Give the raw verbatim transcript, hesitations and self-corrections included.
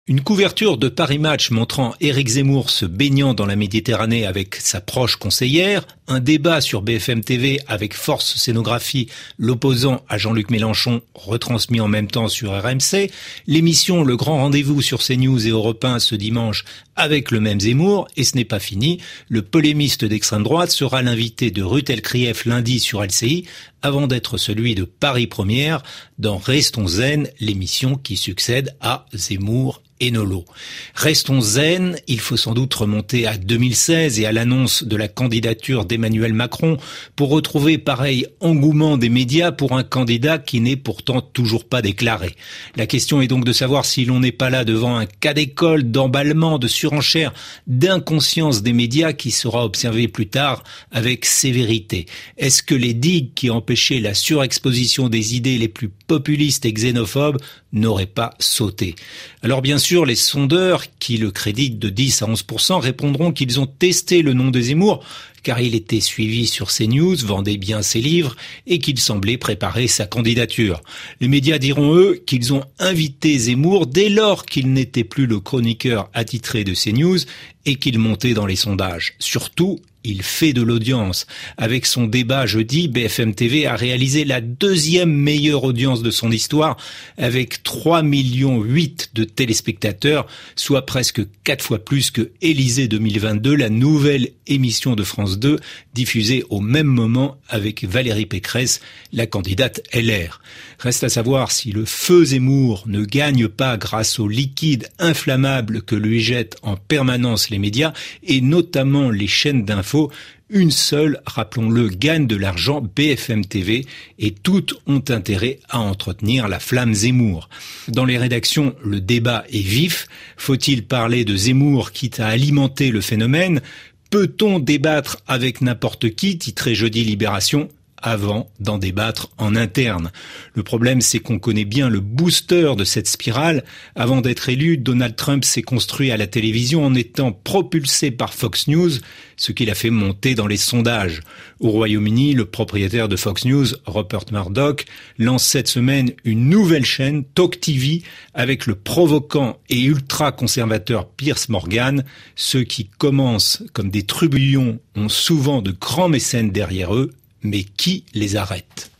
Une couverture de Paris Match montrant Éric Zemmour se baignant dans la Méditerranée avec sa proche conseillère, un débat sur B F M T V avec Force Scénographie l'opposant à Jean-Luc Mélenchon retransmis en même temps sur R M C, l'émission Le Grand Rendez-vous sur CNews et Europe un ce dimanche avec le même Zemmour, et ce n'est pas fini, le polémiste d'extrême droite sera l'invité de Ruth Elkrief lundi sur L C I avant d'être celui de Paris Première dans Restons Zen, l'émission qui succède à Zemmour et Nolo. Restons zen, il faut sans doute remonter à deux mille seize et à l'annonce de la candidature d'Emmanuel Macron pour retrouver pareil engouement des médias pour un candidat qui n'est pourtant toujours pas déclaré. La question est donc de savoir si l'on n'est pas là devant un cas d'école, d'emballement, de surenchère, d'inconscience des médias qui sera observé plus tard avec sévérité. Est-ce que les digues qui empêchaient la surexposition des idées les plus populistes et xénophobes n'auraient pas sauté? Alors bien sûr, les sondeurs, qui le créditent de dix à onze pour cent, répondront qu'ils ont testé le nom de Zemmour, car il était suivi sur CNews, vendait bien ses livres et qu'il semblait préparer sa candidature. Les médias diront, eux, qu'ils ont invité Zemmour dès lors qu'il n'était plus le chroniqueur attitré de CNews et qu'il montait dans les sondages. Surtout, il fait de l'audience. Avec son débat jeudi, B F M T V a réalisé la deuxième meilleure audience de son histoire avec trois millions huit de téléspectateurs, soit presque quatre fois plus que Élysée deux mille vingt-deux, la nouvelle émission de France deux, diffusée au même moment avec Valérie Pécresse, la candidate L R. Reste à savoir si le feu Zemmour ne gagne pas grâce au liquide inflammable que lui jettent en permanence les médias et notamment les chaînes d'infos. Une seule, rappelons-le, gagne de l'argent, B F M T V, et toutes ont intérêt à entretenir la flamme Zemmour. Dans les rédactions, le débat est vif. Faut-il parler de Zemmour quitte à alimenter le phénomène? Peut-on débattre avec n'importe qui, titré jeudi Libération, avant d'en débattre en interne? Le problème, c'est qu'on connaît bien le booster de cette spirale. Avant d'être élu, Donald Trump s'est construit à la télévision en étant propulsé par Fox News, ce qui l'a fait monter dans les sondages. Au Royaume-Uni, le propriétaire de Fox News, Rupert Murdoch, lance cette semaine une nouvelle chaîne, Talk T V, avec le provoquant et ultra-conservateur Piers Morgan. Ceux qui commencent comme des trublions ont souvent de grands mécènes derrière eux, mais qui les arrête?